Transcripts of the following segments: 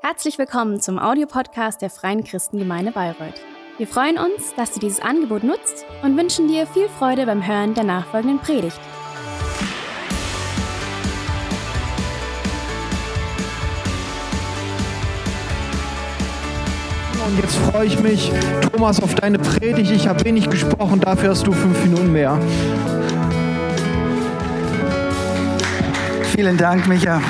Herzlich willkommen zum Audiopodcast der Freien Christengemeinde Bayreuth. Wir freuen uns, dass du dieses Angebot nutzt und wünschen dir viel Freude beim Hören der nachfolgenden Predigt. Und jetzt freue ich mich, Thomas, auf deine Predigt. Ich habe wenig gesprochen, dafür hast du 5 Minuten mehr. Vielen Dank, Micha.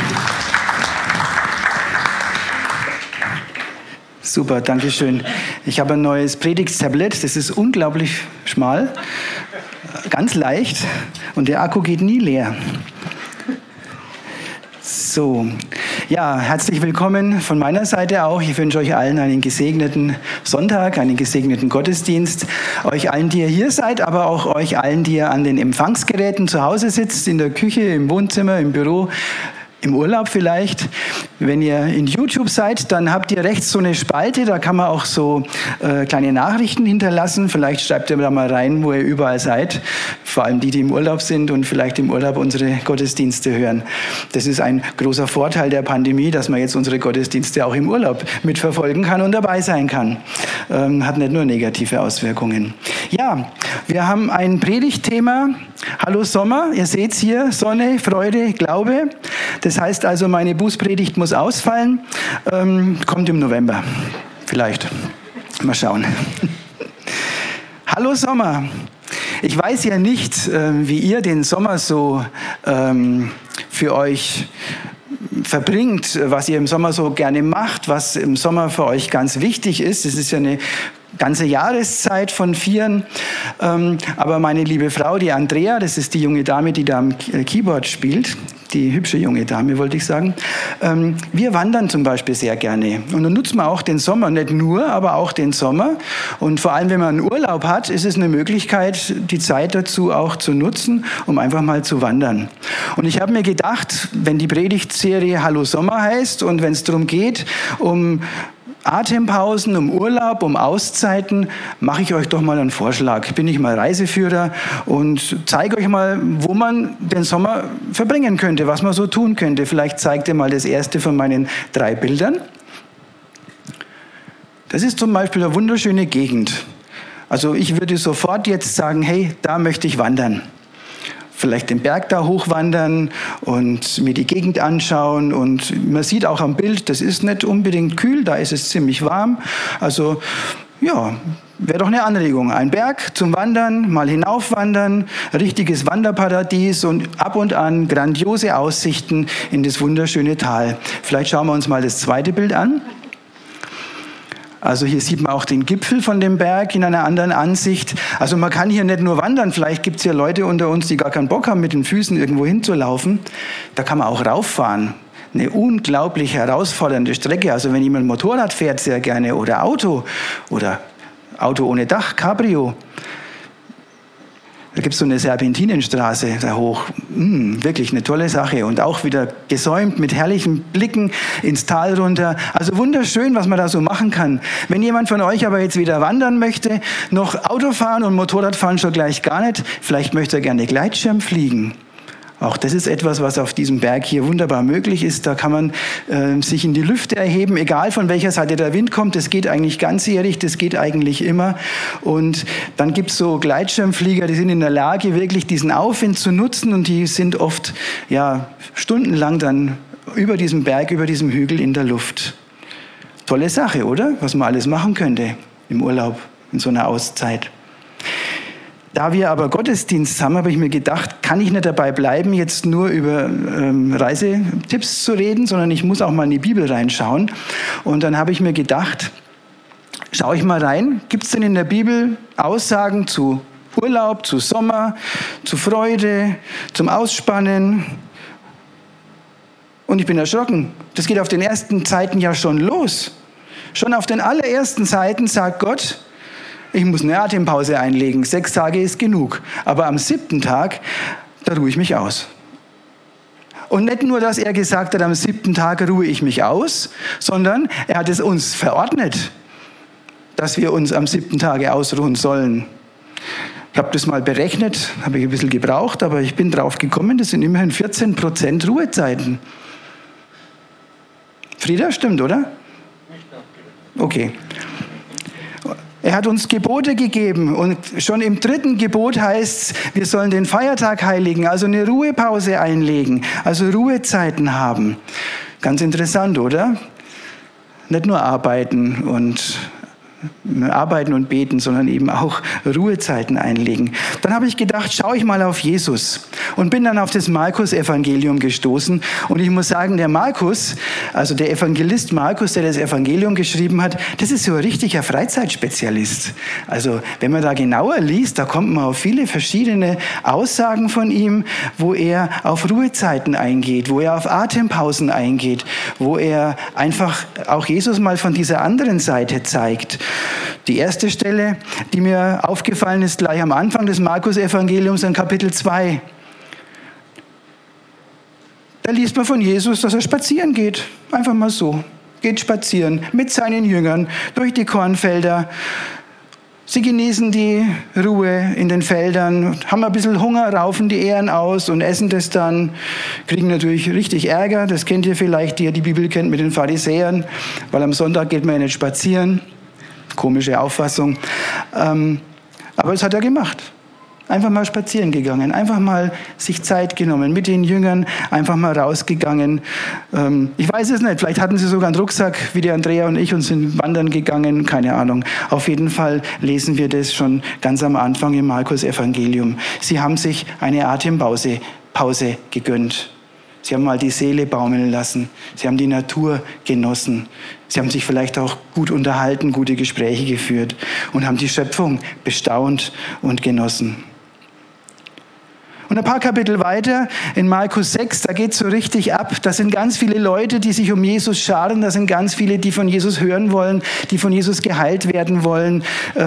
Super, danke schön. Ich habe ein neues Predigttablet, das ist unglaublich schmal, ganz leicht und der Akku geht nie leer. So, ja, herzlich willkommen von meiner Seite auch. Ich wünsche euch allen einen gesegneten Sonntag, einen gesegneten Gottesdienst. Euch allen, die ihr hier seid, aber auch euch allen, die ihr an den Empfangsgeräten zu Hause sitzt, in der Küche, im Wohnzimmer, im Büro, im Urlaub vielleicht. Wenn ihr in YouTube seid, dann habt ihr rechts so eine Spalte, da kann man auch so kleine Nachrichten hinterlassen. Vielleicht schreibt ihr da mal rein, wo ihr überall seid. Vor allem die im Urlaub sind und vielleicht im Urlaub unsere Gottesdienste hören. Das ist ein großer Vorteil der Pandemie, dass man jetzt unsere Gottesdienste auch im Urlaub mitverfolgen kann und dabei sein kann. Hat nicht nur negative Auswirkungen. Ja, wir haben ein Predigtthema. Hallo Sommer, ihr seht's hier, Sonne, Freude, Glaube. Das heißt also, meine Bußpredigt muss ausfallen. Kommt im November. Vielleicht. Mal schauen. Hallo Sommer. Ich weiß ja nicht, wie ihr den Sommer so für euch verbringt, was ihr im Sommer so gerne macht, was im Sommer für euch ganz wichtig ist. Es ist ja eine ganze Jahreszeit von Vieren. Aber meine liebe Frau, die Andrea, das ist die junge Dame, die da am Keyboard spielt, die hübsche junge Dame, wollte ich sagen. Wir wandern zum Beispiel sehr gerne. Und dann nutzen wir auch den Sommer, nicht nur, aber auch den Sommer. Und vor allem, wenn man einen Urlaub hat, ist es eine Möglichkeit, die Zeit dazu auch zu nutzen, um einfach mal zu wandern. Und ich habe mir gedacht, wenn die Predigtserie Hallo Sommer heißt und wenn es darum geht, um Atempausen, um Urlaub, um Auszeiten, mache ich euch doch mal einen Vorschlag. Bin ich mal Reiseführer und zeige euch mal, wo man den Sommer verbringen könnte, was man so tun könnte. Vielleicht zeigt ihr mal das erste von meinen 3 Bildern. Das ist zum Beispiel eine wunderschöne Gegend. Also ich würde sofort jetzt sagen, hey, da möchte ich wandern. Vielleicht den Berg da hochwandern und mir die Gegend anschauen. Und man sieht auch am Bild, das ist nicht unbedingt kühl, da ist es ziemlich warm. Also ja, wäre doch eine Anregung. Ein Berg zum Wandern, mal hinaufwandern, richtiges Wanderparadies und ab und an grandiose Aussichten in das wunderschöne Tal. Vielleicht schauen wir uns mal das zweite Bild an. Also hier sieht man auch den Gipfel von dem Berg in einer anderen Ansicht. Also man kann hier nicht nur wandern, vielleicht gibt es ja Leute unter uns, die gar keinen Bock haben, mit den Füßen irgendwo hinzulaufen. Da kann man auch rauffahren. Eine unglaublich herausfordernde Strecke. Also wenn jemand Motorrad fährt sehr gerne oder Auto ohne Dach, Cabrio. Da gibt es so eine Serpentinenstraße da hoch. Wirklich eine tolle Sache. Und auch wieder gesäumt mit herrlichen Blicken ins Tal runter. Also wunderschön, was man da so machen kann. Wenn jemand von euch aber jetzt wieder wandern möchte, noch Autofahren und Motorradfahren schon gleich gar nicht, vielleicht möchte er gerne Gleitschirm fliegen. Auch das ist etwas, was auf diesem Berg hier wunderbar möglich ist. Da kann man sich in die Lüfte erheben, egal von welcher Seite der Wind kommt. Das geht eigentlich ganzjährig, das geht eigentlich immer. Und dann gibt es so Gleitschirmflieger, die sind in der Lage, wirklich diesen Aufwind zu nutzen. Und die sind oft stundenlang dann über diesem Berg, über diesem Hügel in der Luft. Tolle Sache, oder? Was man alles machen könnte im Urlaub, in so einer Auszeit. Da wir aber Gottesdienst haben, habe ich mir gedacht, kann ich nicht dabei bleiben, jetzt nur über Reisetipps zu reden, sondern ich muss auch mal in die Bibel reinschauen. Und dann habe ich mir gedacht, schaue ich mal rein, gibt es denn in der Bibel Aussagen zu Urlaub, zu Sommer, zu Freude, zum Ausspannen? Und ich bin erschrocken, das geht auf den ersten Seiten ja schon los. Schon auf den allerersten Seiten sagt Gott, ich muss eine Atempause einlegen, 6 Tage ist genug. Aber am 7. Tag, da ruhe ich mich aus. Und nicht nur, dass er gesagt hat, am 7. Tag ruhe ich mich aus, sondern er hat es uns verordnet, dass wir uns am 7. Tage ausruhen sollen. Ich habe das mal berechnet, habe ich ein bisschen gebraucht, aber ich bin drauf gekommen, das sind immerhin 14% Ruhezeiten. Frieda, stimmt, oder? Okay. Er hat uns Gebote gegeben und schon im 3. Gebot heißt es, wir sollen den Feiertag heiligen, also eine Ruhepause einlegen, also Ruhezeiten haben. Ganz interessant, oder? Nicht nur arbeiten und beten, sondern eben auch Ruhezeiten einlegen. Dann habe ich gedacht, schaue ich mal auf Jesus und bin dann auf das Markus-Evangelium gestoßen. Und ich muss sagen, der Markus, also der Evangelist Markus, der das Evangelium geschrieben hat, das ist so ein richtiger Freizeitspezialist. Also wenn man da genauer liest, da kommt man auf viele verschiedene Aussagen von ihm, wo er auf Ruhezeiten eingeht, wo er auf Atempausen eingeht, wo er einfach auch Jesus mal von dieser anderen Seite zeigt. Die erste Stelle, die mir aufgefallen ist, gleich am Anfang des Markus-Evangeliums in Kapitel 2. Da liest man von Jesus, dass er spazieren geht. Einfach mal so. Geht spazieren mit seinen Jüngern durch die Kornfelder. Sie genießen die Ruhe in den Feldern, haben ein bisschen Hunger, raufen die Ähren aus und essen das dann, kriegen natürlich richtig Ärger. Das kennt ihr vielleicht, die ihr die Bibel kennt, mit den Pharisäern, weil am Sonntag geht man ja nicht spazieren. Komische Auffassung. Aber das hat er gemacht. Einfach mal spazieren gegangen, einfach mal sich Zeit genommen, mit den Jüngern einfach mal rausgegangen. Ich weiß es nicht, vielleicht hatten sie sogar einen Rucksack, wie die Andrea und ich, und sind wandern gegangen, keine Ahnung. Auf jeden Fall lesen wir das schon ganz am Anfang im Markus-Evangelium. Sie haben sich eine Atempause gegönnt. Sie haben mal die Seele baumeln lassen. Sie haben die Natur genossen. Sie haben sich vielleicht auch gut unterhalten, gute Gespräche geführt und haben die Schöpfung bestaunt und genossen. Und ein paar Kapitel weiter, in Markus 6, da geht es so richtig ab. Da sind ganz viele Leute, die sich um Jesus scharen. Da sind ganz viele, die von Jesus hören wollen, die von Jesus geheilt werden wollen.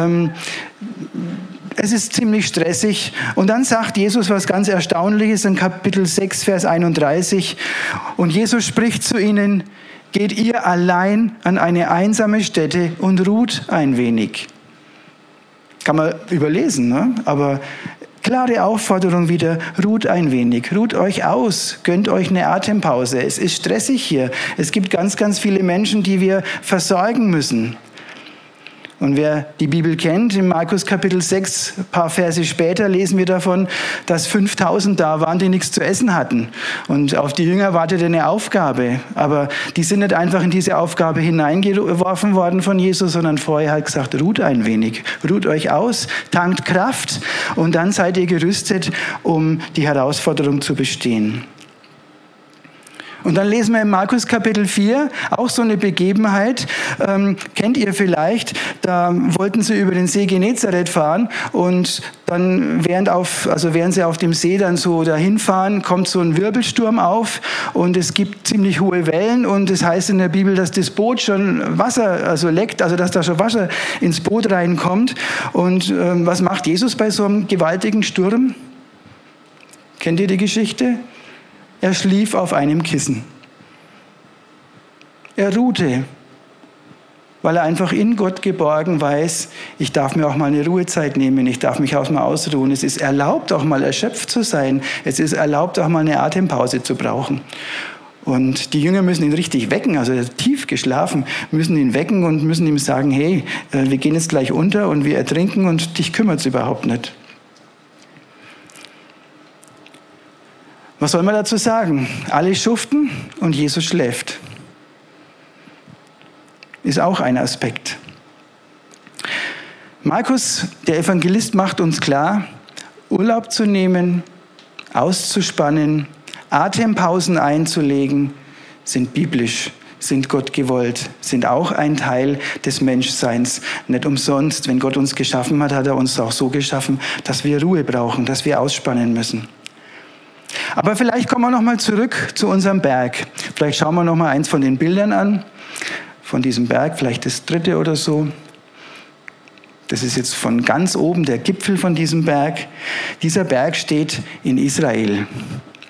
Es ist ziemlich stressig. Und dann sagt Jesus was ganz Erstaunliches in Kapitel 6, Vers 31. Und Jesus spricht zu ihnen: Geht ihr allein an eine einsame Stätte und ruht ein wenig. Kann man überlesen, ne? Aber klare Aufforderung wieder: Ruht ein wenig, ruht euch aus, gönnt euch eine Atempause. Es ist stressig hier. Es gibt ganz, ganz viele Menschen, die wir versorgen müssen. Und wer die Bibel kennt, in Markus Kapitel 6, ein paar Verse später, lesen wir davon, dass 5000 da waren, die nichts zu essen hatten. Und auf die Jünger wartete eine Aufgabe. Aber die sind nicht einfach in diese Aufgabe hineingeworfen worden von Jesus, sondern vorher hat gesagt: Ruht ein wenig, ruht euch aus, tankt Kraft und dann seid ihr gerüstet, um die Herausforderung zu bestehen. Und dann lesen wir in Markus Kapitel 4 auch so eine Begebenheit, kennt ihr vielleicht, da wollten sie über den See Genezareth fahren und dann während sie auf dem See dann so dahin fahren, kommt so ein Wirbelsturm auf und es gibt ziemlich hohe Wellen und es heißt in der Bibel, dass das Boot schon Wasser leckt, also dass da schon Wasser ins Boot reinkommt. Und was macht Jesus bei so einem gewaltigen Sturm? Kennt ihr die Geschichte? Er schlief auf einem Kissen. Er ruhte, weil er einfach in Gott geborgen weiß, ich darf mir auch mal eine Ruhezeit nehmen, ich darf mich auch mal ausruhen. Es ist erlaubt, auch mal erschöpft zu sein. Es ist erlaubt, auch mal eine Atempause zu brauchen. Und die Jünger müssen ihn richtig wecken, also er hat tief geschlafen, müssen ihn wecken und müssen ihm sagen: Hey, wir gehen jetzt gleich unter und wir ertrinken und dich kümmert es überhaupt nicht. Was soll man dazu sagen? Alle schuften und Jesus schläft. Ist auch ein Aspekt. Markus, der Evangelist, macht uns klar, Urlaub zu nehmen, auszuspannen, Atempausen einzulegen, sind biblisch, sind Gott gewollt, sind auch ein Teil des Menschseins. Nicht umsonst, wenn Gott uns geschaffen hat, hat er uns auch so geschaffen, dass wir Ruhe brauchen, dass wir ausspannen müssen. Aber vielleicht kommen wir noch mal zurück zu unserem Berg. Vielleicht schauen wir noch mal eins von den Bildern an, von diesem Berg, vielleicht das 3. oder so. Das ist jetzt von ganz oben der Gipfel von diesem Berg. Dieser Berg steht in Israel.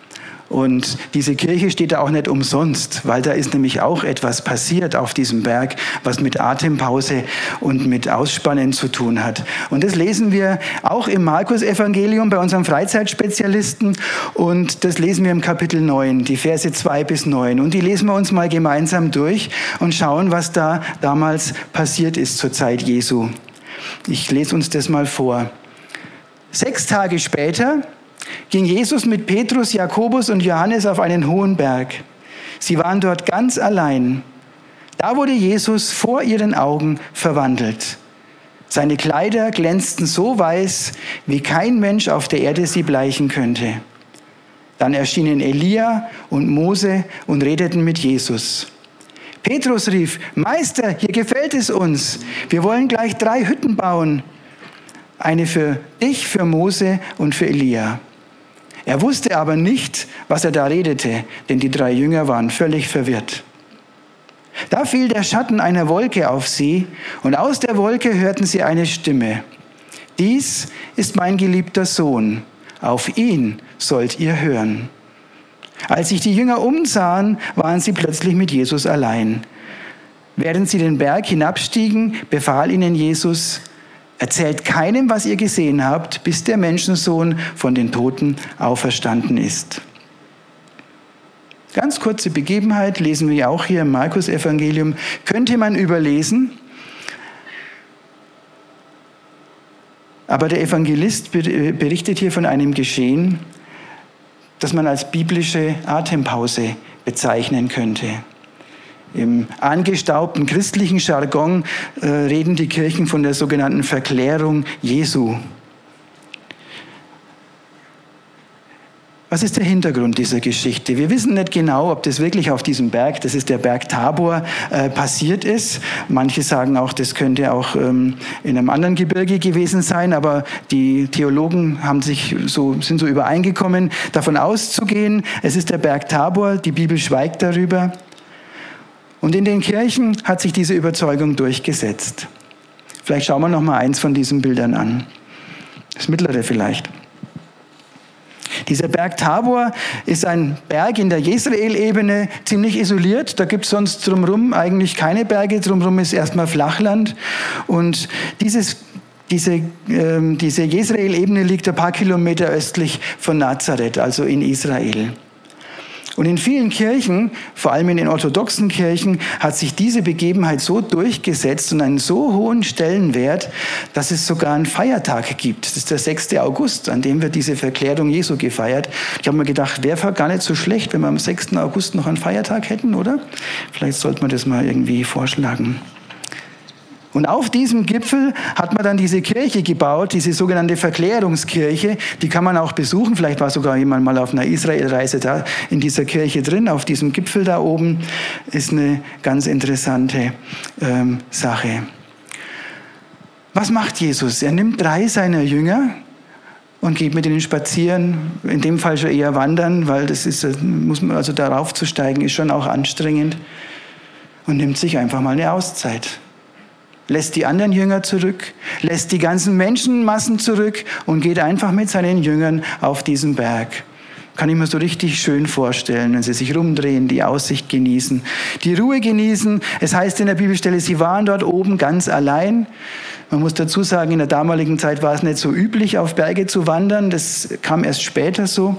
Und diese Kirche steht da auch nicht umsonst, weil da ist nämlich auch etwas passiert auf diesem Berg, was mit Atempause und mit Ausspannen zu tun hat. Und das lesen wir auch im Markus-Evangelium bei unserem Freizeitspezialisten. Und das lesen wir im Kapitel 9, die Verse 2 bis 9. Und die lesen wir uns mal gemeinsam durch und schauen, was da damals passiert ist zur Zeit Jesu. Ich lese uns das mal vor. 6 Tage später ging Jesus mit Petrus, Jakobus und Johannes auf einen hohen Berg. Sie waren dort ganz allein. Da wurde Jesus vor ihren Augen verwandelt. Seine Kleider glänzten so weiß, wie kein Mensch auf der Erde sie bleichen könnte. Dann erschienen Elia und Mose und redeten mit Jesus. Petrus rief: Meister, hier gefällt es uns. Wir wollen gleich 3 Hütten bauen. Eine für dich, für Mose und für Elia. Er wusste aber nicht, was er da redete, denn die 3 Jünger waren völlig verwirrt. Da fiel der Schatten einer Wolke auf sie, und aus der Wolke hörten sie eine Stimme. Dies ist mein geliebter Sohn, auf ihn sollt ihr hören. Als sich die Jünger umsahen, waren sie plötzlich mit Jesus allein. Während sie den Berg hinabstiegen, befahl ihnen Jesus: Erzählt keinem, was ihr gesehen habt, bis der Menschensohn von den Toten auferstanden ist. Ganz kurze Begebenheit, lesen wir auch hier im Markus-Evangelium. Könnte man überlesen. Aber der Evangelist berichtet hier von einem Geschehen, das man als biblische Atempause bezeichnen könnte. Im angestaubten christlichen Jargon reden die Kirchen von der sogenannten Verklärung Jesu. Was ist der Hintergrund dieser Geschichte? Wir wissen nicht genau, ob das wirklich auf diesem Berg, das ist der Berg Tabor, passiert ist. Manche sagen auch, das könnte auch in einem anderen Gebirge gewesen sein, aber die Theologen sind so übereingekommen, davon auszugehen, es ist der Berg Tabor, die Bibel schweigt darüber. Und in den Kirchen hat sich diese Überzeugung durchgesetzt. Vielleicht schauen wir noch mal eins von diesen Bildern an. Das mittlere vielleicht. Dieser Berg Tabor ist ein Berg in der Jezreel-Ebene, ziemlich isoliert. Da gibt es sonst drumherum eigentlich keine Berge. Drumherum ist erstmal Flachland. Und diese Jezreel-Ebene liegt ein paar Kilometer östlich von Nazareth, also in Israel. Und in vielen Kirchen, vor allem in den orthodoxen Kirchen, hat sich diese Begebenheit so durchgesetzt und einen so hohen Stellenwert, dass es sogar einen Feiertag gibt. Das ist der 6. August, an dem wird diese Verklärung Jesu gefeiert. Ich habe mir gedacht, wäre gar nicht so schlecht, wenn wir am 6. August noch einen Feiertag hätten, oder? Vielleicht sollte man das mal irgendwie vorschlagen. Und auf diesem Gipfel hat man dann diese Kirche gebaut, diese sogenannte Verklärungskirche. Die kann man auch besuchen. Vielleicht war sogar jemand mal auf einer Israelreise da in dieser Kirche drin. Auf diesem Gipfel da oben ist eine ganz interessante Sache. Was macht Jesus? Er nimmt 3 seiner Jünger und geht mit ihnen spazieren. In dem Fall schon eher wandern, weil also darauf zu steigen ist schon auch anstrengend. Und nimmt sich einfach mal eine Auszeit. Lässt die anderen Jünger zurück, lässt die ganzen Menschenmassen zurück und geht einfach mit seinen Jüngern auf diesen Berg. Kann ich mir so richtig schön vorstellen, wenn sie sich rumdrehen, die Aussicht genießen, die Ruhe genießen. Es heißt in der Bibelstelle, sie waren dort oben ganz allein. Man muss dazu sagen, in der damaligen Zeit war es nicht so üblich, auf Berge zu wandern. Das kam erst später so.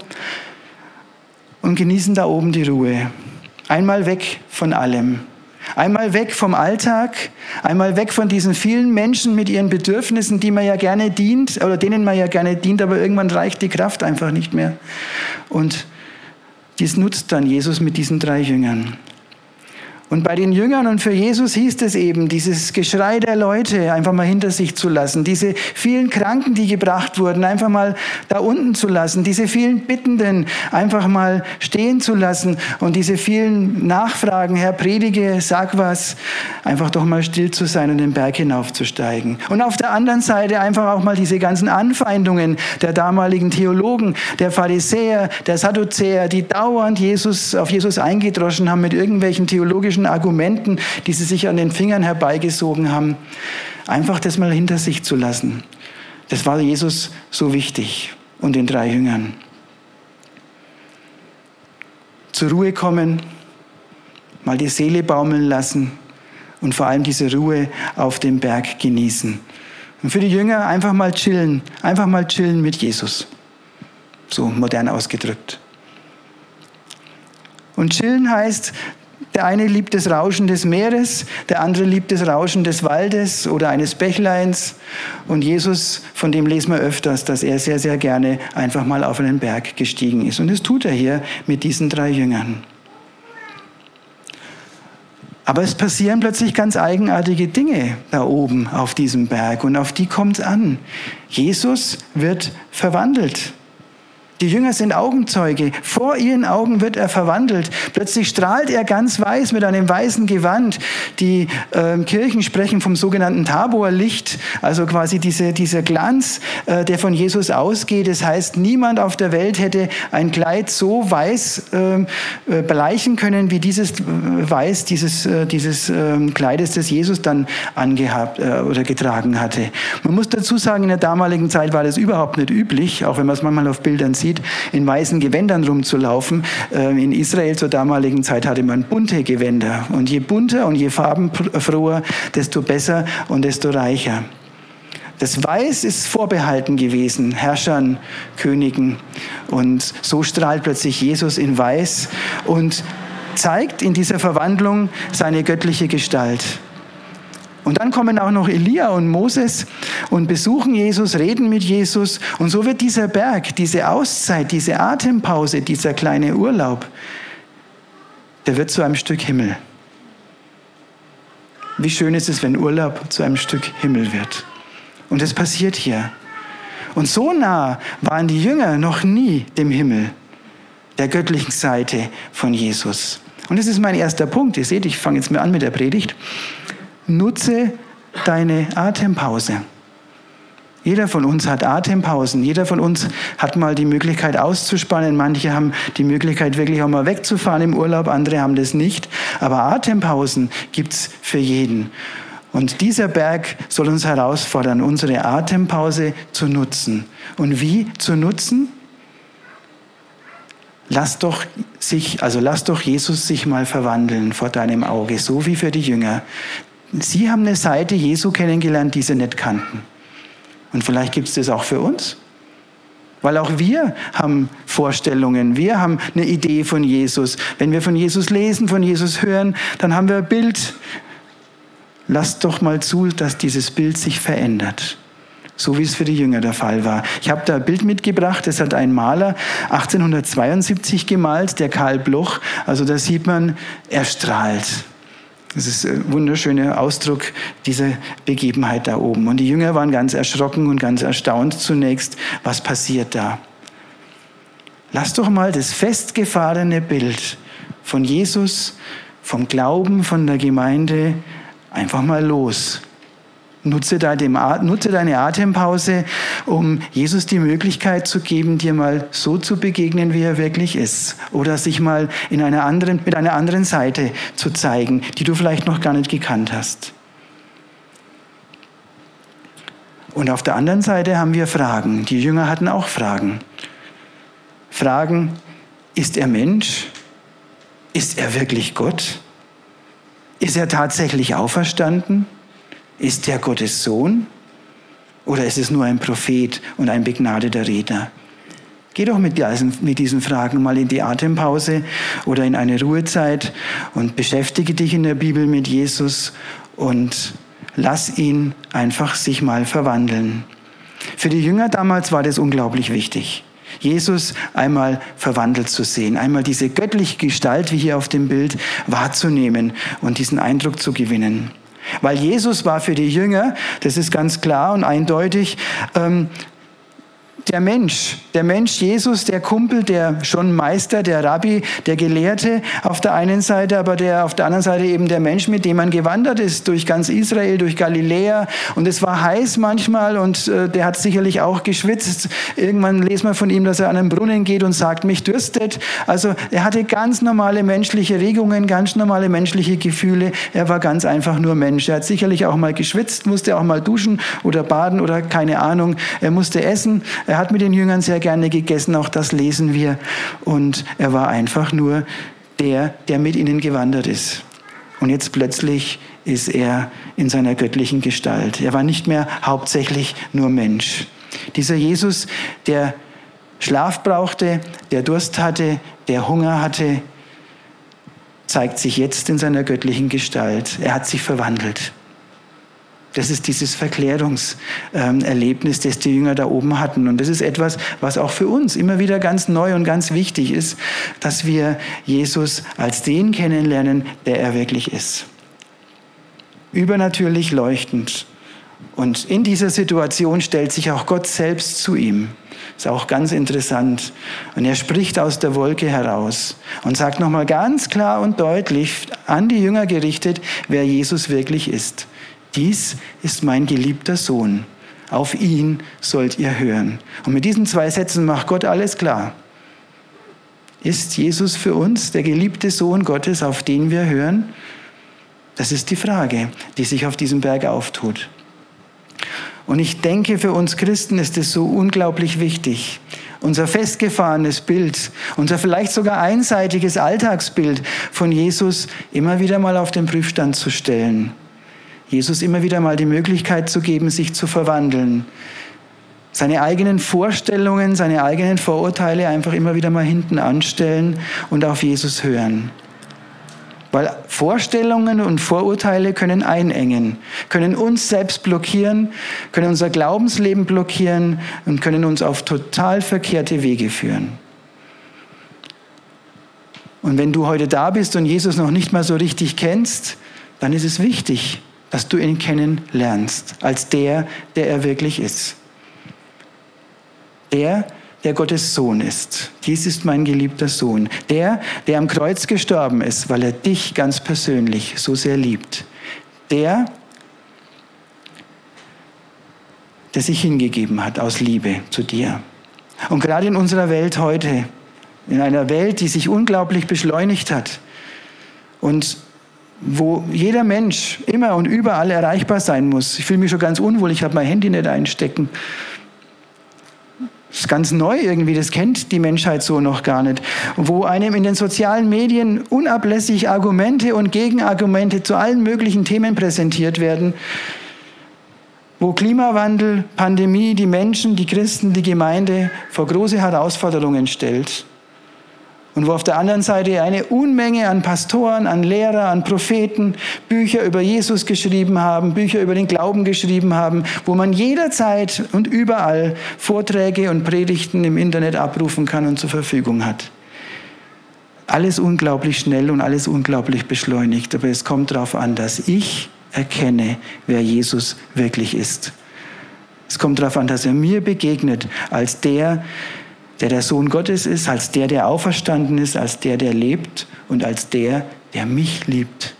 Und genießen da oben die Ruhe. Einmal weg von allem. Einmal weg vom Alltag, einmal weg von diesen vielen Menschen mit ihren Bedürfnissen, denen man ja gerne dient, aber irgendwann reicht die Kraft einfach nicht mehr. Und dies nutzt dann Jesus mit diesen 3 Jüngern. Und bei den Jüngern und für Jesus hieß es eben, dieses Geschrei der Leute einfach mal hinter sich zu lassen, diese vielen Kranken, die gebracht wurden, einfach mal da unten zu lassen, diese vielen Bittenden einfach mal stehen zu lassen und diese vielen Nachfragen, Herr, predige, sag was, einfach doch mal still zu sein und den Berg hinaufzusteigen. Und auf der anderen Seite einfach auch mal diese ganzen Anfeindungen der damaligen Theologen, der Pharisäer, der Sadduzäer, die dauernd auf Jesus eingedroschen haben mit irgendwelchen theologischen Argumenten, die sie sich an den Fingern herbeigesogen haben, einfach das mal hinter sich zu lassen. Das war Jesus so wichtig und den 3 Jüngern. zur Ruhe kommen, mal die Seele baumeln lassen und vor allem diese Ruhe auf dem Berg genießen. Und für die Jünger einfach mal chillen mit Jesus. So modern ausgedrückt. Und chillen heißt, der eine liebt das Rauschen des Meeres, der andere liebt das Rauschen des Waldes oder eines Bächleins. Und Jesus, von dem lesen wir öfters, dass er sehr, sehr gerne einfach mal auf einen Berg gestiegen ist. Und das tut er hier mit diesen 3 Jüngern. Aber es passieren plötzlich ganz eigenartige Dinge da oben auf diesem Berg und auf die kommt es an. Jesus wird verwandelt. Die Jünger sind Augenzeuge. Vor ihren Augen wird er verwandelt. Plötzlich strahlt er ganz weiß mit einem weißen Gewand. Die Kirchen sprechen vom sogenannten Taborlicht, also quasi dieser Glanz, der von Jesus ausgeht. Das heißt, niemand auf der Welt hätte ein Kleid so weiß bleichen können, wie dieses Weiß dieses Kleides, das Jesus dann angehabt oder getragen hatte. Man muss dazu sagen, in der damaligen Zeit war das überhaupt nicht üblich, auch wenn man es manchmal auf Bildern sieht, in weißen Gewändern rumzulaufen. In Israel zur damaligen Zeit hatte man bunte Gewänder. Und je bunter und je farbenfroher, desto besser und desto reicher. Das Weiß ist vorbehalten gewesen, Herrschern, Königen. Und so strahlt plötzlich Jesus in Weiß und zeigt in dieser Verwandlung seine göttliche Gestalt. Und dann kommen auch noch Elia und Moses und besuchen Jesus, reden mit Jesus. Und so wird dieser Berg, diese Auszeit, diese Atempause, dieser kleine Urlaub, der wird zu einem Stück Himmel. Wie schön ist es, wenn Urlaub zu einem Stück Himmel wird. Und das passiert hier. Und so nah waren die Jünger noch nie dem Himmel, der göttlichen Seite von Jesus. Und das ist mein erster Punkt. Ihr seht, ich fange jetzt mal an mit der Predigt. Nutze deine Atempause. Jeder von uns hat Atempausen. Jeder von uns hat mal die Möglichkeit auszuspannen. Manche haben die Möglichkeit, wirklich auch mal wegzufahren im Urlaub. Andere haben das nicht. Aber Atempausen gibt's für jeden. Und dieser Berg soll uns herausfordern, unsere Atempause zu nutzen. Und wie zu nutzen? Lass doch Jesus sich mal verwandeln vor deinem Auge, so wie für die Jünger. Sie haben eine Seite Jesu kennengelernt, die sie nicht kannten. Und vielleicht gibt es das auch für uns. Weil auch wir haben Vorstellungen, wir haben eine Idee von Jesus. Wenn wir von Jesus lesen, von Jesus hören, dann haben wir ein Bild. Lasst doch mal zu, dass dieses Bild sich verändert. So wie es für die Jünger der Fall war. Ich habe da ein Bild mitgebracht, das hat ein Maler 1872 gemalt, der Karl Bloch. Also da sieht man, er strahlt. Das ist ein wunderschöner Ausdruck dieser Begebenheit da oben. Und die Jünger waren ganz erschrocken und ganz erstaunt zunächst, was passiert da. Lass doch mal das festgefahrene Bild von Jesus, vom Glauben, von der Gemeinde einfach mal los. Nutze deine Atempause, um Jesus die Möglichkeit zu geben, dir mal so zu begegnen, wie er wirklich ist. Oder sich mal mit einer anderen Seite zu zeigen, die du vielleicht noch gar nicht gekannt hast. Und auf der anderen Seite haben wir Fragen. Die Jünger hatten auch Fragen. Fragen, ist er Mensch? Ist er wirklich Gott? Ist er tatsächlich auferstanden? Ist er Gottes Sohn? Oder ist es nur ein Prophet und ein begnadeter Redner? Geh doch mit diesen Fragen mal in die Atempause oder in eine Ruhezeit und beschäftige dich in der Bibel mit Jesus und lass ihn einfach sich mal verwandeln. Für die Jünger damals war das unglaublich wichtig, Jesus einmal verwandelt zu sehen, einmal diese göttliche Gestalt, wie hier auf dem Bild, wahrzunehmen und diesen Eindruck zu gewinnen. Weil Jesus war für die Jünger, das ist ganz klar und eindeutig, der Mensch Jesus, der Kumpel, der schon Meister, der Rabbi, der Gelehrte auf der einen Seite, aber der auf der anderen Seite eben der Mensch, mit dem man gewandert ist durch ganz Israel, durch Galiläa. Und es war heiß manchmal und der hat sicherlich auch geschwitzt. Irgendwann lesen wir von ihm, dass er an einen Brunnen geht und sagt, mich dürstet. Also er hatte ganz normale menschliche Regungen, ganz normale menschliche Gefühle. Er war ganz einfach nur Mensch. Er hat sicherlich auch mal geschwitzt, musste auch mal duschen oder baden oder keine Ahnung. Er musste essen. Er hat mit den Jüngern sehr gerne gegessen, auch das lesen wir. Und er war einfach nur der mit ihnen gewandert ist. Und jetzt plötzlich ist er in seiner göttlichen Gestalt. Er war nicht mehr hauptsächlich nur Mensch. Dieser Jesus, der Schlaf brauchte, der Durst hatte, der Hunger hatte, zeigt sich jetzt in seiner göttlichen Gestalt. Er hat sich verwandelt. Das ist dieses Verklärungserlebnis, das die Jünger da oben hatten. Und das ist etwas, was auch für uns immer wieder ganz neu und ganz wichtig ist, dass wir Jesus als den kennenlernen, der er wirklich ist. Übernatürlich leuchtend. Und in dieser Situation stellt sich auch Gott selbst zu ihm. Ist auch ganz interessant. Und er spricht aus der Wolke heraus und sagt nochmal ganz klar und deutlich an die Jünger gerichtet, wer Jesus wirklich ist. Dies ist mein geliebter Sohn. Auf ihn sollt ihr hören. Und mit diesen 2 Sätzen macht Gott alles klar. Ist Jesus für uns der geliebte Sohn Gottes, auf den wir hören? Das ist die Frage, die sich auf diesem Berg auftut. Und ich denke, für uns Christen ist es so unglaublich wichtig, unser festgefahrenes Bild, unser vielleicht sogar einseitiges Alltagsbild von Jesus immer wieder mal auf den Prüfstand zu stellen. Jesus immer wieder mal die Möglichkeit zu geben, sich zu verwandeln. Seine eigenen Vorstellungen, seine eigenen Vorurteile einfach immer wieder mal hinten anstellen und auf Jesus hören. Weil Vorstellungen und Vorurteile können einengen, können uns selbst blockieren, können unser Glaubensleben blockieren und können uns auf total verkehrte Wege führen. Und wenn du heute da bist und Jesus noch nicht mal so richtig kennst, dann ist es wichtig, dass du ihn kennenlernst als der er wirklich ist. Der Gottes Sohn ist. Dies ist mein geliebter Sohn. Der am Kreuz gestorben ist, weil er dich ganz persönlich so sehr liebt. Der sich hingegeben hat aus Liebe zu dir. Und gerade in unserer Welt heute, in einer Welt, die sich unglaublich beschleunigt hat und wo jeder Mensch immer und überall erreichbar sein muss. Ich fühle mich schon ganz unwohl, ich habe mein Handy nicht einstecken. Das ist ganz neu irgendwie, das kennt die Menschheit so noch gar nicht. Wo einem in den sozialen Medien unablässig Argumente und Gegenargumente zu allen möglichen Themen präsentiert werden. Wo Klimawandel, Pandemie, die Menschen, die Christen, die Gemeinde vor große Herausforderungen stellt. Und wo auf der anderen Seite eine Unmenge an Pastoren, an Lehrer, an Propheten Bücher über Jesus geschrieben haben, Bücher über den Glauben geschrieben haben, wo man jederzeit und überall Vorträge und Predigten im Internet abrufen kann und zur Verfügung hat. Alles unglaublich schnell und alles unglaublich beschleunigt, aber es kommt darauf an, dass ich erkenne, wer Jesus wirklich ist. Es kommt darauf an, dass er mir begegnet als der Sohn Gottes ist, als der auferstanden ist, als der lebt und als der mich liebt.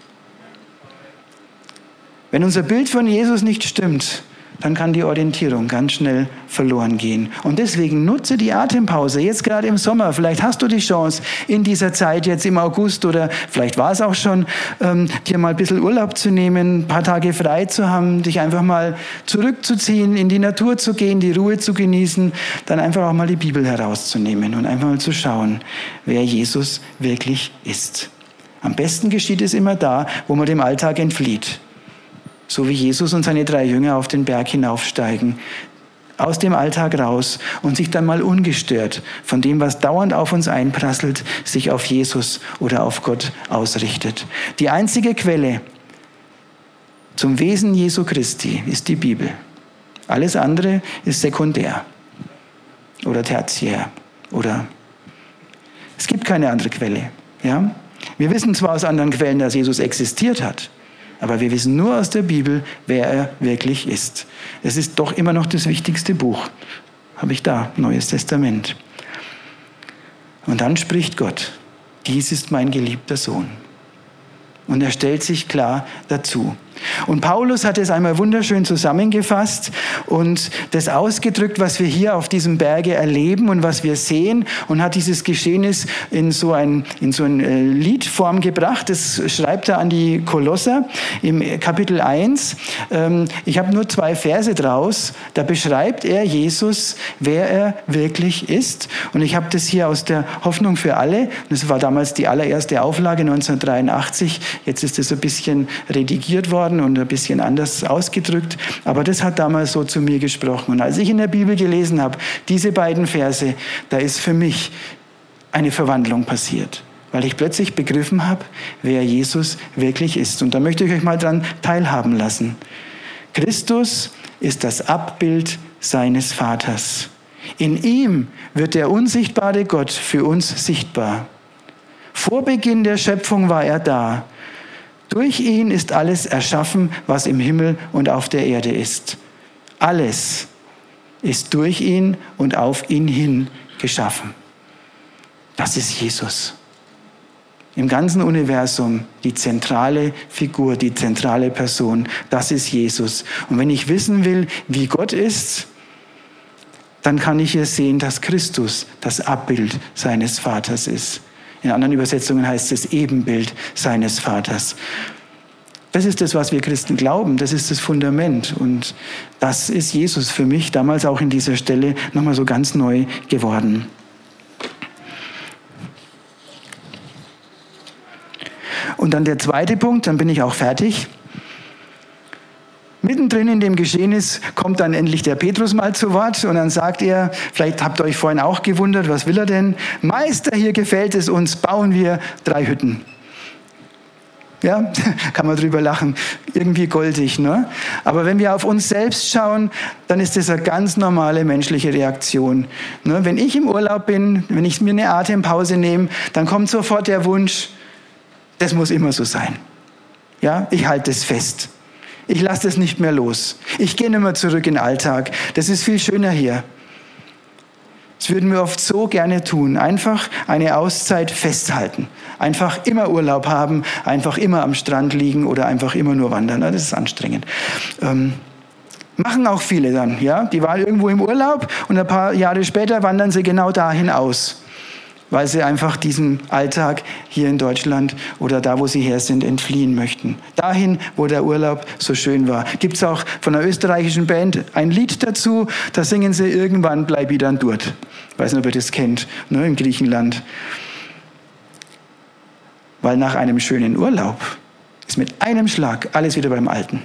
Wenn unser Bild von Jesus nicht stimmt, dann kann die Orientierung ganz schnell verloren gehen. Und deswegen nutze die Atempause, jetzt gerade im Sommer. Vielleicht hast du die Chance, in dieser Zeit jetzt im August oder vielleicht war es auch schon, dir mal ein bisschen Urlaub zu nehmen, ein paar Tage frei zu haben, dich einfach mal zurückzuziehen, in die Natur zu gehen, die Ruhe zu genießen, dann einfach auch mal die Bibel herauszunehmen und einfach mal zu schauen, wer Jesus wirklich ist. Am besten geschieht es immer da, wo man dem Alltag entflieht. So wie Jesus und seine 3 Jünger auf den Berg hinaufsteigen, aus dem Alltag raus und sich dann mal ungestört von dem, was dauernd auf uns einprasselt, sich auf Jesus oder auf Gott ausrichtet. Die einzige Quelle zum Wesen Jesu Christi ist die Bibel. Alles andere ist sekundär oder tertiär oder es gibt keine andere Quelle. Ja? Wir wissen zwar aus anderen Quellen, dass Jesus existiert hat, aber wir wissen nur aus der Bibel, wer er wirklich ist. Es ist doch immer noch das wichtigste Buch. Habe ich da, Neues Testament. Und dann spricht Gott, dies ist mein geliebter Sohn. Und er stellt sich klar dazu. Und Paulus hat es einmal wunderschön zusammengefasst und das ausgedrückt, was wir hier auf diesem Berge erleben und was wir sehen, und hat dieses Geschehnis in so ein Liedform gebracht. Das schreibt er an die Kolosser im Kapitel 1. Ich habe nur 2 Verse draus. Da beschreibt er Jesus, wer er wirklich ist. Und ich habe das hier aus der Hoffnung für alle. Das war damals die allererste Auflage 1983. Jetzt ist es ein bisschen redigiert worden und ein bisschen anders ausgedrückt, aber das hat damals so zu mir gesprochen. Und als ich in der Bibel gelesen habe, diese beiden Verse, da ist für mich eine Verwandlung passiert, weil ich plötzlich begriffen habe, wer Jesus wirklich ist. Und da möchte ich euch mal dran teilhaben lassen. Christus ist das Abbild seines Vaters. In ihm wird der unsichtbare Gott für uns sichtbar. Vor Beginn der Schöpfung war er da. Durch ihn ist alles erschaffen, was im Himmel und auf der Erde ist. Alles ist durch ihn und auf ihn hin geschaffen. Das ist Jesus. Im ganzen Universum die zentrale Figur, die zentrale Person, das ist Jesus. Und wenn ich wissen will, wie Gott ist, dann kann ich hier sehen, dass Christus das Abbild seines Vaters ist. In anderen Übersetzungen heißt es Ebenbild seines Vaters. Das ist das, was wir Christen glauben. Das ist das Fundament. Und das ist Jesus für mich damals auch in dieser Stelle nochmal so ganz neu geworden. Und dann der zweite Punkt, dann bin ich auch fertig. Mittendrin in dem Geschehnis kommt dann endlich der Petrus mal zu Wort und dann sagt er, vielleicht habt ihr euch vorhin auch gewundert, was will er denn? Meister, hier gefällt es uns, bauen wir 3 Hütten. Ja, kann man drüber lachen, irgendwie goldig, ne? Aber wenn wir auf uns selbst schauen, dann ist das eine ganz normale menschliche Reaktion. Ne? Wenn ich im Urlaub bin, wenn ich mir eine Atempause nehme, dann kommt sofort der Wunsch, das muss immer so sein. Ja, ich halte es fest. Ich lasse das nicht mehr los. Ich gehe nicht mehr zurück in den Alltag. Das ist viel schöner hier. Das würden wir oft so gerne tun. Einfach eine Auszeit festhalten. Einfach immer Urlaub haben, einfach immer am Strand liegen oder einfach immer nur wandern. Das ist anstrengend. Machen auch viele dann. Ja? Die waren irgendwo im Urlaub und ein paar Jahre später wandern sie genau dahin aus, weil sie einfach diesem Alltag hier in Deutschland oder da, wo sie her sind, entfliehen möchten. Dahin, wo der Urlaub so schön war. Gibt es auch von einer österreichischen Band ein Lied dazu, da singen sie irgendwann bleib ich dann dort. Ich weiß nicht, ob ihr das kennt, ne, in Griechenland. Weil nach einem schönen Urlaub ist mit einem Schlag alles wieder beim Alten.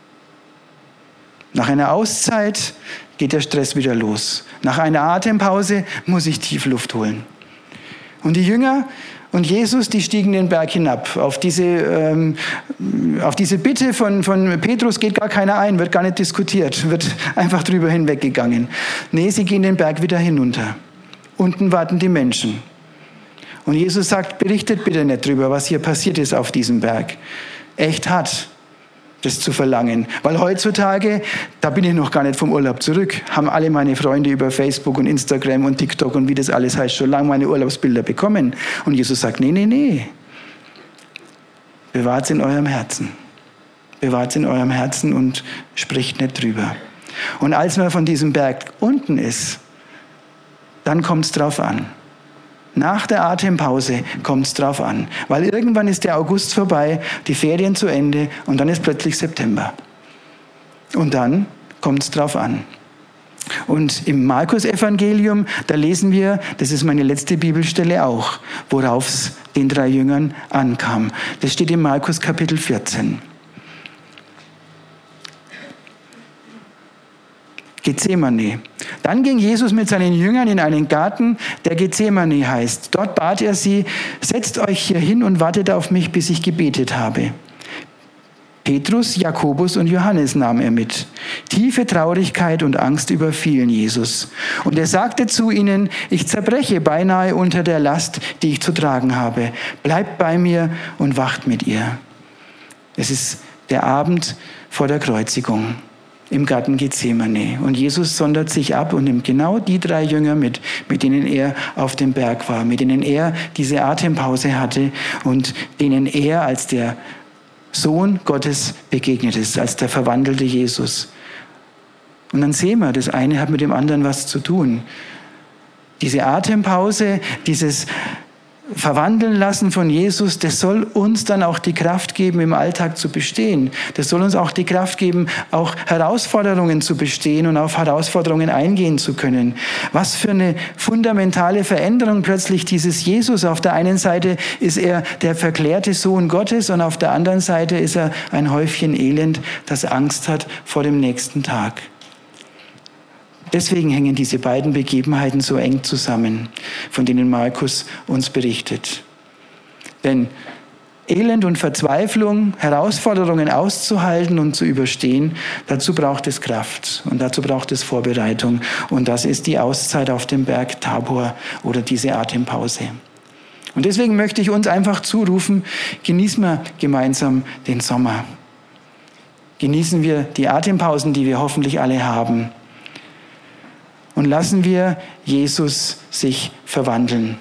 Nach einer Auszeit geht der Stress wieder los. Nach einer Atempause muss ich Tiefluft holen. Und die Jünger und Jesus, die stiegen den Berg hinab. Auf diese Bitte von Petrus geht gar keiner ein, wird gar nicht diskutiert, wird einfach drüber hinweggegangen. Nee, sie gehen den Berg wieder hinunter. Unten warten die Menschen. Und Jesus sagt, berichtet bitte nicht drüber, was hier passiert ist auf diesem Berg. Echt hart, das zu verlangen. Weil heutzutage, da bin ich noch gar nicht vom Urlaub zurück, haben alle meine Freunde über Facebook und Instagram und TikTok und wie das alles heißt, schon lange meine Urlaubsbilder bekommen. Und Jesus sagt, nee. Bewahrt es in eurem Herzen. Bewahrt es in eurem Herzen und spricht nicht drüber. Und als man von diesem Berg unten ist, dann kommt es drauf an. Nach der Atempause kommt es drauf an, weil irgendwann ist der August vorbei, die Ferien zu Ende und dann ist plötzlich September. Und dann kommt es drauf an. Und im Markus-Evangelium, da lesen wir, das ist meine letzte Bibelstelle auch, worauf es den 3 Jüngern ankam. Das steht in Markus Kapitel 14. Gethsemane. Dann ging Jesus mit seinen Jüngern in einen Garten, der Gethsemane heißt. Dort bat er sie, setzt euch hier hin und wartet auf mich, bis ich gebetet habe. Petrus, Jakobus und Johannes nahm er mit. Tiefe Traurigkeit und Angst überfielen Jesus. Und er sagte zu ihnen, ich zerbreche beinahe unter der Last, die ich zu tragen habe. Bleibt bei mir und wacht mit ihr. Es ist der Abend vor der Kreuzigung im Garten Gethsemane. Und Jesus sondert sich ab und nimmt genau die 3 Jünger mit denen er auf dem Berg war, mit denen er diese Atempause hatte und denen er als der Sohn Gottes begegnet ist, als der verwandelte Jesus. Und dann sehen wir, das eine hat mit dem anderen was zu tun. Diese Atempause, dieses Verwandeln lassen von Jesus, das soll uns dann auch die Kraft geben, im Alltag zu bestehen. Das soll uns auch die Kraft geben, auch Herausforderungen zu bestehen und auf Herausforderungen eingehen zu können. Was für eine fundamentale Veränderung plötzlich dieses Jesus. Auf der einen Seite ist er der verklärte Sohn Gottes und auf der anderen Seite ist er ein Häufchen Elend, das Angst hat vor dem nächsten Tag. Deswegen hängen diese beiden Begebenheiten so eng zusammen, von denen Markus uns berichtet. Denn Elend und Verzweiflung, Herausforderungen auszuhalten und zu überstehen, dazu braucht es Kraft und dazu braucht es Vorbereitung. Und das ist die Auszeit auf dem Berg Tabor oder diese Atempause. Und deswegen möchte ich uns einfach zurufen, genießen wir gemeinsam den Sommer. Genießen wir die Atempausen, die wir hoffentlich alle haben. Und lassen wir Jesus sich verwandeln.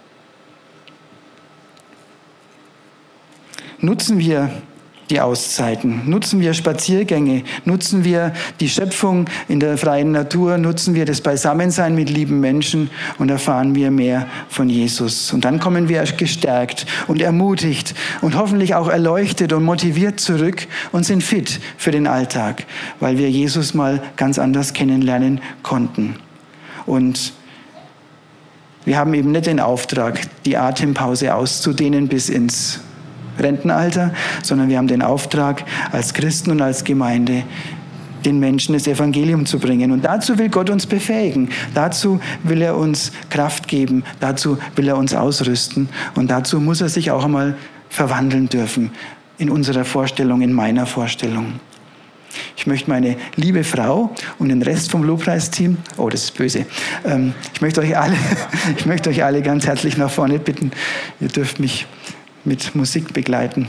Nutzen wir die Auszeiten, nutzen wir Spaziergänge, nutzen wir die Schöpfung in der freien Natur, nutzen wir das Beisammensein mit lieben Menschen und erfahren wir mehr von Jesus. Und dann kommen wir gestärkt und ermutigt und hoffentlich auch erleuchtet und motiviert zurück und sind fit für den Alltag, weil wir Jesus mal ganz anders kennenlernen konnten. Und wir haben eben nicht den Auftrag, die Atempause auszudehnen bis ins Rentenalter, sondern wir haben den Auftrag, als Christen und als Gemeinde den Menschen das Evangelium zu bringen. Und dazu will Gott uns befähigen. Dazu will er uns Kraft geben. Dazu will er uns ausrüsten. Und dazu muss er sich auch einmal verwandeln dürfen. In unserer Vorstellung, in meiner Vorstellung. Ich möchte meine liebe Frau und den Rest vom Lobpreisteam, oh, das ist böse, ich möchte euch alle ganz herzlich nach vorne bitten. Ihr dürft mich mit Musik begleiten.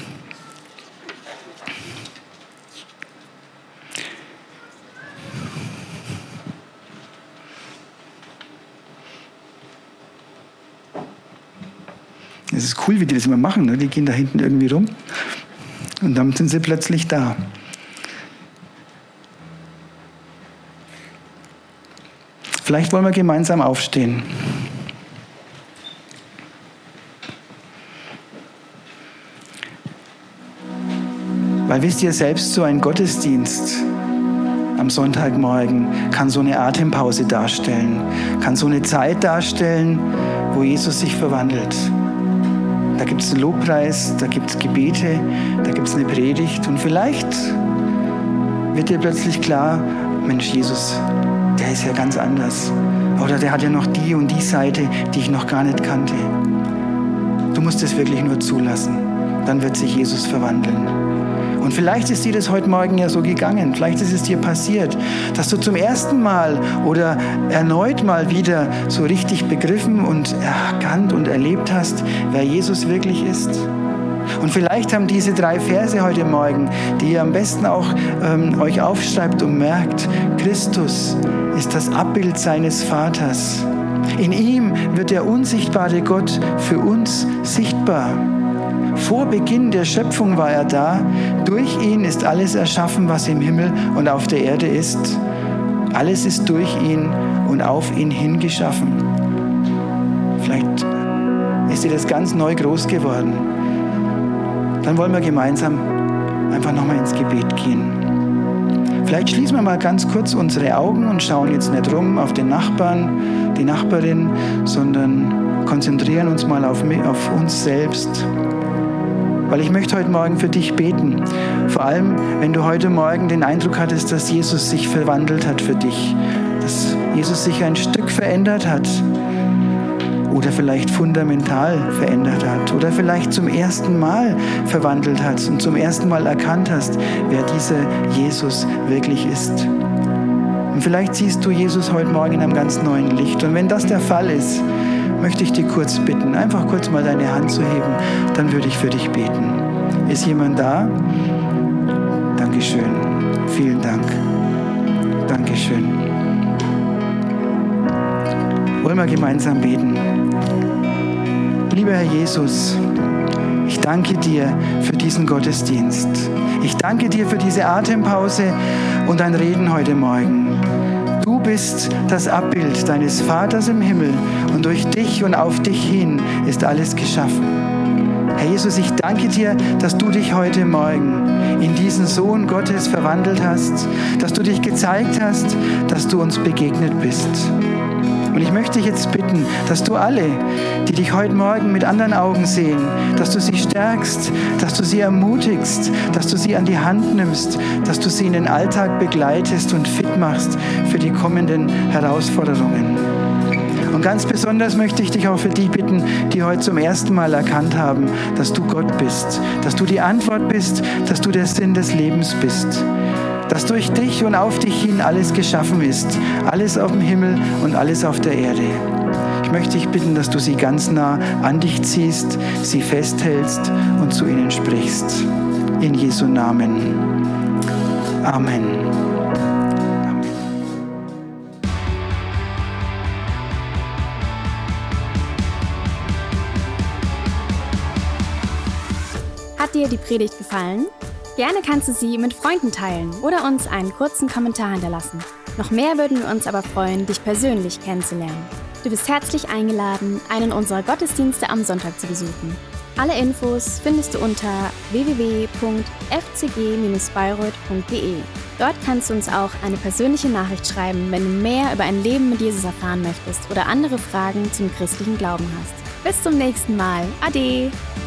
Es ist cool, wie die das immer machen, ne? Die gehen da hinten irgendwie rum und dann sind sie plötzlich da. Vielleicht wollen wir gemeinsam aufstehen. Weil wisst ihr, selbst so ein Gottesdienst am Sonntagmorgen kann so eine Atempause darstellen, kann so eine Zeit darstellen, wo Jesus sich verwandelt. Da gibt es einen Lobpreis, da gibt es Gebete, da gibt es eine Predigt und vielleicht wird dir plötzlich klar, Mensch, Jesus, der ist ja ganz anders. Oder der hat ja noch die und die Seite, die ich noch gar nicht kannte. Du musst es wirklich nur zulassen. Dann wird sich Jesus verwandeln. Und vielleicht ist dir das heute Morgen ja so gegangen. Vielleicht ist es dir passiert, dass du zum ersten Mal oder erneut mal wieder so richtig begriffen und erkannt und erlebt hast, wer Jesus wirklich ist. Und vielleicht haben diese 3 Verse heute Morgen, die ihr am besten auch euch aufschreibt und merkt, Christus ist das Abbild seines Vaters. In ihm wird der unsichtbare Gott für uns sichtbar. Vor Beginn der Schöpfung war er da. Durch ihn ist alles erschaffen, was im Himmel und auf der Erde ist. Alles ist durch ihn und auf ihn hingeschaffen. Vielleicht ist dir das ganz neu groß geworden. Dann wollen wir gemeinsam einfach nochmal ins Gebet gehen. Vielleicht schließen wir mal ganz kurz unsere Augen und schauen jetzt nicht rum auf den Nachbarn, die Nachbarin, sondern konzentrieren uns mal auf uns selbst. Weil ich möchte heute Morgen für dich beten. Vor allem, wenn du heute Morgen den Eindruck hattest, dass Jesus sich verwandelt hat für dich. Dass Jesus sich ein Stück verändert hat. Oder vielleicht fundamental verändert hat. Oder vielleicht zum ersten Mal verwandelt hat und zum ersten Mal erkannt hast, wer dieser Jesus wirklich ist. Und vielleicht siehst du Jesus heute Morgen in einem ganz neuen Licht. Und wenn das der Fall ist, möchte ich dich kurz bitten, einfach kurz mal deine Hand zu heben, dann würde ich für dich beten. Ist jemand da? Dankeschön. Vielen Dank. Dankeschön. Wollen wir gemeinsam beten? Lieber Herr Jesus, Ich danke dir für diesen Gottesdienst. Ich danke dir für diese Atempause und dein Reden heute Morgen. Du bist das Abbild deines Vaters im Himmel und durch dich und auf dich hin ist alles geschaffen. Herr Jesus, ich danke dir, dass du dich heute Morgen in diesen Sohn Gottes verwandelt hast, dass du dich gezeigt hast, dass du uns begegnet bist. Und ich möchte dich jetzt bitten, dass du alle, die dich heute Morgen mit anderen Augen sehen, dass du sie stärkst, dass du sie ermutigst, dass du sie an die Hand nimmst, dass du sie in den Alltag begleitest und fit machst für die kommenden Herausforderungen. Und ganz besonders möchte ich dich auch für die bitten, die heute zum ersten Mal erkannt haben, dass du Gott bist, dass du die Antwort bist, dass du der Sinn des Lebens bist. Dass durch dich und auf dich hin alles geschaffen ist, alles auf dem Himmel und alles auf der Erde. Ich möchte dich bitten, dass du sie ganz nah an dich ziehst, sie festhältst und zu ihnen sprichst. In Jesu Namen. Amen. Hat dir die Predigt gefallen? Gerne kannst du sie mit Freunden teilen oder uns einen kurzen Kommentar hinterlassen. Noch mehr würden wir uns aber freuen, dich persönlich kennenzulernen. Du bist herzlich eingeladen, einen unserer Gottesdienste am Sonntag zu besuchen. Alle Infos findest du unter www.fcg-bayreuth.de. Dort kannst du uns auch eine persönliche Nachricht schreiben, wenn du mehr über ein Leben mit Jesus erfahren möchtest oder andere Fragen zum christlichen Glauben hast. Bis zum nächsten Mal. Ade!